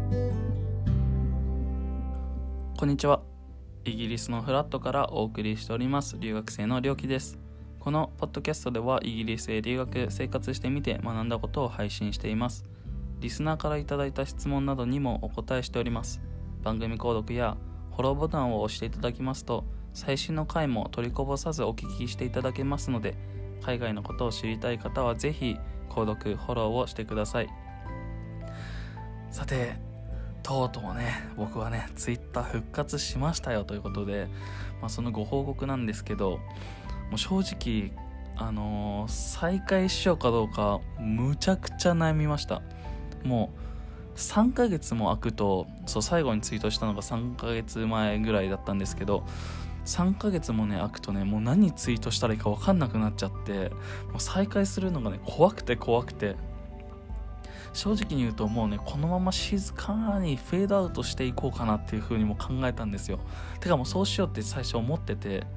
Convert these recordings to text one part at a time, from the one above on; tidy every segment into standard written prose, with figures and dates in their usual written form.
こんにちは。イギリスのフラットからお送りしております留学生のりょうきです。このポッドキャストではイギリスへ留学生活してみて学んだことを配信しています。リスナーからいただいた質問などにもお答えしております。番組購読やフォローボタンを押していただきますと最新の回も取りこぼさずお聞きしていただけますので、海外のことを知りたい方はぜひ購読フォローをしてください。さて、とうとうね、僕はねツイッター復活しましたよということで、そのご報告なんですけど、もう正直再開しようかどうかむちゃくちゃ悩みました。もう3ヶ月も空くと、最後にツイートしたのが3ヶ月前ぐらいだったんですけど、3ヶ月もね空くとね、もう何ツイートしたらいいか分かんなくなっちゃって、もう再開するのがね怖くて正直に言うと、もうねこのまま静かにフェードアウトしていこうかなっていう風にも考えたんですよ。てかもうそうしようって最初思ってて、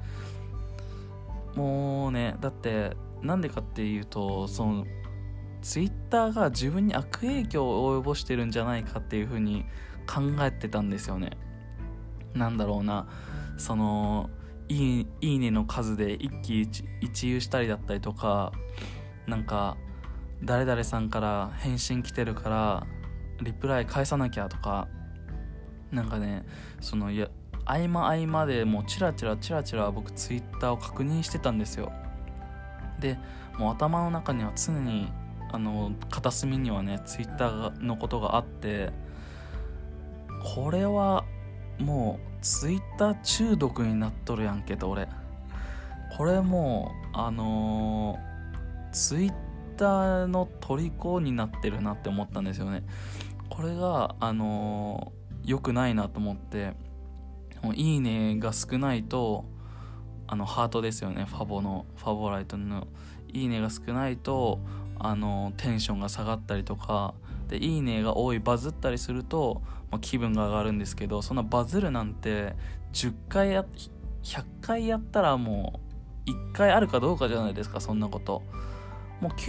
もうね、だってなんでかっていうと、そのツイッターが自分に悪影響を及ぼしてるんじゃないかっていう風に考えてたんですよね。なんだろうな、そのいいねの数で一喜一憂したりだったりとか、なんか誰々さんから返信来てるからリプライ返さなきゃとか、なんかね、合間でもうチラチラ僕ツイッターを確認してたんですよ。でもう頭の中には常に片隅にはねツイッターのことがあって、これはもうツイッター中毒になっとるやんけと。俺これもうツイッターの虜になってるなって思ったんですよね。これが良くないなと思って、いいねが少ないとハートですよね、ファボライトのいいねが少ないとテンションが下がったりとかで、いいねが多いバズったりすると、気分が上がるんですけど、そんなバズるなんて10回100回やったらもう1回あるかどうかじゃないですか。そんなこともう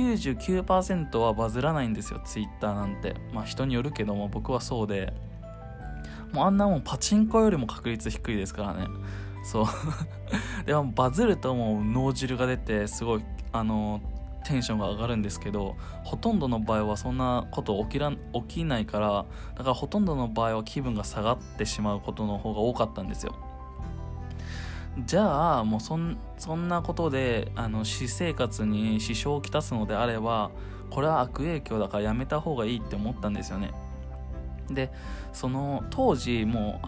99% はバズらないんですよ、ツイッターなんて。人によるけども僕はそうで、もうあんなもんパチンコよりも確率低いですからね。そうでもバズるともう脳汁が出てすごいテンションが上がるんですけど、ほとんどの場合はそんなこと起きないから、だからほとんどの場合は気分が下がってしまうことの方が多かったんですよ。じゃあもうそんなことで私生活に支障をきたすのであれば、これは悪影響だからやめた方がいいって思ったんですよね。でその当時もう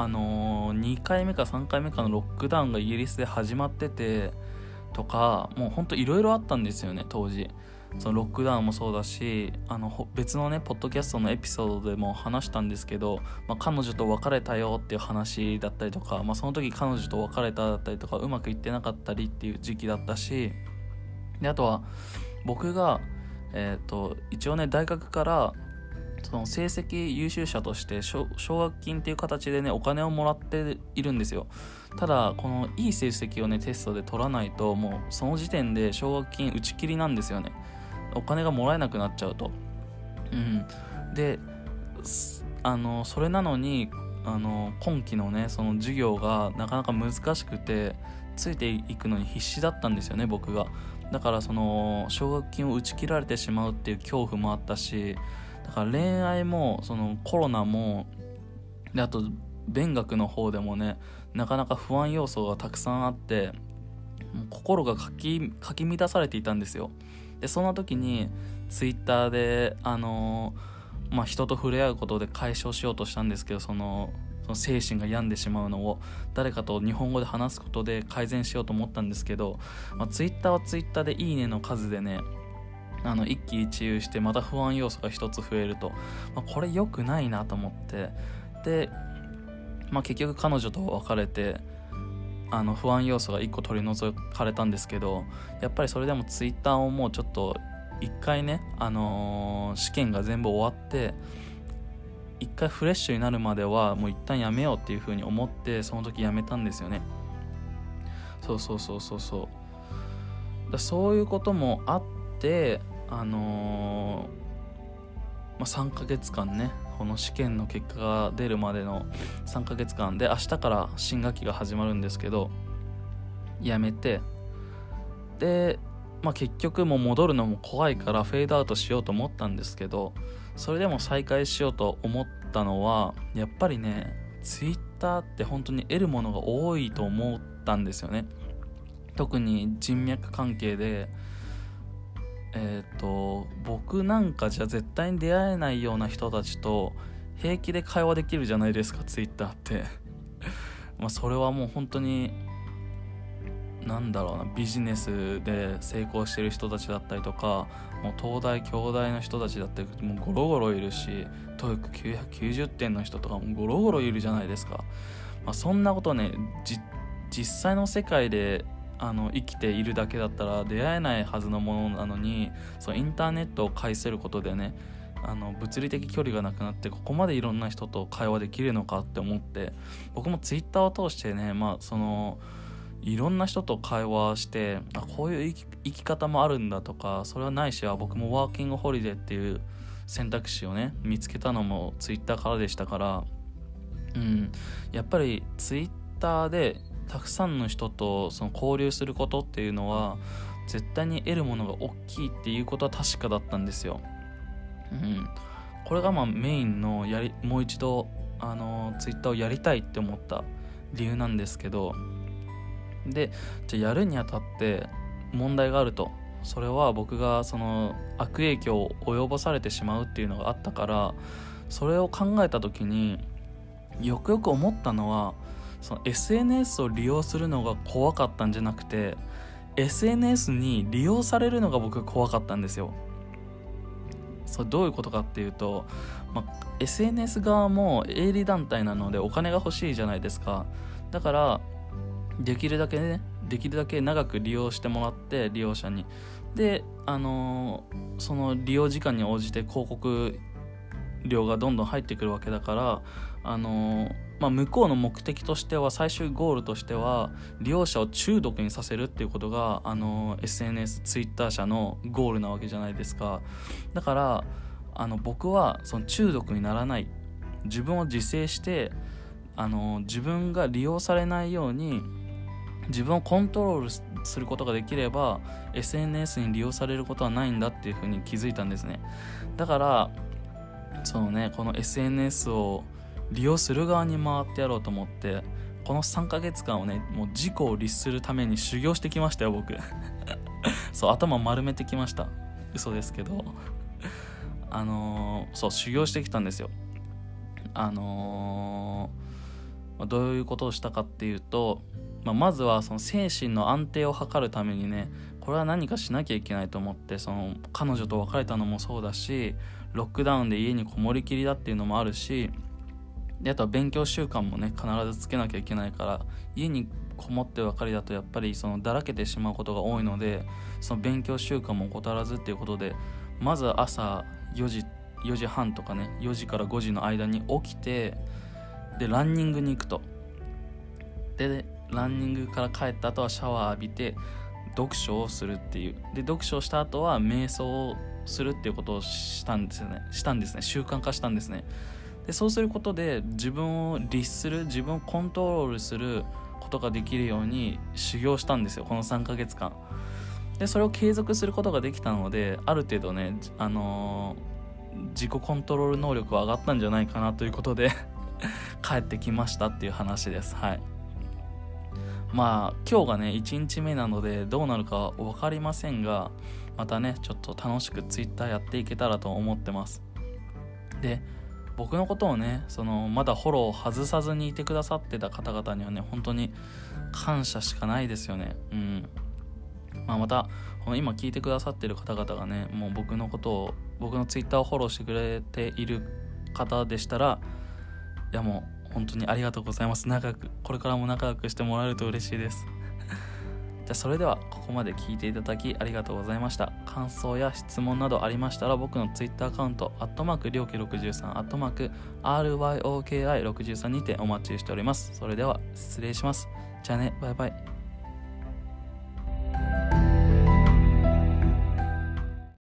2回目か3回目かのロックダウンがイギリスで始まっててとか、もうほんといろいろあったんですよね当時。そのロックダウンもそうだし、別のねポッドキャストのエピソードでも話したんですけど、彼女と別れたよっていう話だったりとか、その時彼女と別れただったりとか、うまくいってなかったりっていう時期だったし、であとは僕が一応ね大学からその成績優秀者として奨学金っていう形でねお金をもらっているんですよ。ただこのいい成績をねテストで取らないと、もうその時点で奨学金打ち切りなんですよね。お金がもらえなくなっちゃうと。でそれなのに今期のねその授業がなかなか難しくてついていくのに必死だったんですよね僕が。だからその奨学金を打ち切られてしまうっていう恐怖もあったし、だから恋愛もそのコロナもで、あと勉学の方でもねなかなか不安要素がたくさんあって、もう心がかき乱されていたんですよ。でそんな時にツイッターで人と触れ合うことで解消しようとしたんですけど、その精神が病んでしまうのを誰かと日本語で話すことで改善しようと思ったんですけど、ツイッターはツイッターでいいねの数でね一喜一憂してまた不安要素が一つ増えると、これ良くないなと思って、で、結局彼女と別れて不安要素が1個取り除かれたんですけど、やっぱりそれでもツイッターをもうちょっと一回ね、試験が全部終わって一回フレッシュになるまではもう一旦やめようっていう風に思って、その時やめたんですよね。そうそういうこともあって 3ヶ月間ね、この試験の結果が出るまでの3ヶ月間で、明日から新学期が始まるんですけど、やめて、で、結局もう戻るのも怖いからフェードアウトしようと思ったんですけど、それでも再開しようと思ったのは、やっぱりね、ツイッターって本当に得るものが多いと思ったんですよね。特に人脈関係で、僕なんかじゃ絶対に出会えないような人たちと平気で会話できるじゃないですか、ツイッターってそれはもう本当にビジネスで成功してる人たちだったりとか、もう東大京大の人たちだったりもうゴロゴロいるし、TOEIC990 点の人とかもゴロゴロいるじゃないですか。そんなことね、実際の世界で生きているだけだったら出会えないはずのものなのに、そのインターネットを介することでね、物理的距離がなくなってここまでいろんな人と会話できるのかって思って、僕もツイッターを通してね、いろんな人と会話して、こういう生き方もあるんだとか、それはないしは僕もワーキングホリデーっていう選択肢をね見つけたのもツイッターからでしたから、やっぱりツイッターでたくさんの人とその交流することっていうのは絶対に得るものが大きいっていうことは確かだったんですよ。これがメインのもう一度ツイッターをやりたいって思った理由なんですけど、でじゃあやるにあたって問題があると。それは僕がその悪影響を及ぼされてしまうっていうのがあったから、それを考えた時によくよく思ったのは、その SNS を利用するのが怖かったんじゃなくて、 SNS に利用されるのが僕怖かったんですよ。それどういうことかっていうと、SNS 側も営利団体なのでお金が欲しいじゃないですか。だからできるだけ長く利用してもらって、利用者にで、その利用時間に応じて広告量がどんどん入ってくるわけだから、向こうの目的としては、最終ゴールとしては利用者を中毒にさせるっていうことがSNS ツイッター社のゴールなわけじゃないですか。だから僕はその中毒にならない、自分を自制して自分が利用されないように自分をコントロールすることができれば SNS に利用されることはないんだっていうふうに気づいたんですね。だからこの SNS を利用する側に回ってやろうと思って、この3ヶ月間をね、もう自己を律するために修行してきましたよ、僕頭丸めてきました。嘘ですけど修行してきたんですよ。どういうことをしたかっていうと、まずはその精神の安定を図るためにね、これは何かしなきゃいけないと思って、その彼女と別れたのもそうだし、ロックダウンで家にこもりきりだっていうのもあるし、であとは勉強習慣もね必ずつけなきゃいけないから、家にこもってばかりだとやっぱりそのだらけてしまうことが多いので、その勉強習慣も怠らずっていうことで、まず朝4時半とかね、4時から5時の間に起きて、でランニングに行くと。でランニングから帰った後はシャワー浴びて読書をするっていう。で読書をした後は瞑想をするっていうことをしたんですね。習慣化したんですね。でそうすることで自分を律する、自分をコントロールすることができるように修行したんですよ、この3ヶ月間。でそれを継続することができたので、ある程度ね、自己コントロール能力は上がったんじゃないかなということで帰ってきましたっていう話です。はい。今日がね1日目なのでどうなるか分かりませんが、またねちょっと楽しくツイッターやっていけたらと思ってます。で僕のことをねまだフォロー外さずにいてくださってた方々にはね本当に感謝しかないですよね。また今聞いてくださってる方々がね、もう僕のツイッターをフォローしてくれている方でしたら、いやもう本当にありがとうございます。これからも仲良くしてもらえると嬉しいですじゃあそれではここまで聞いていただきありがとうございました。感想や質問などありましたら、僕のツイッターアカウント@ryoki63 @RYOKI63 にてお待ちしております。それでは失礼します。じゃあね、バイバイ。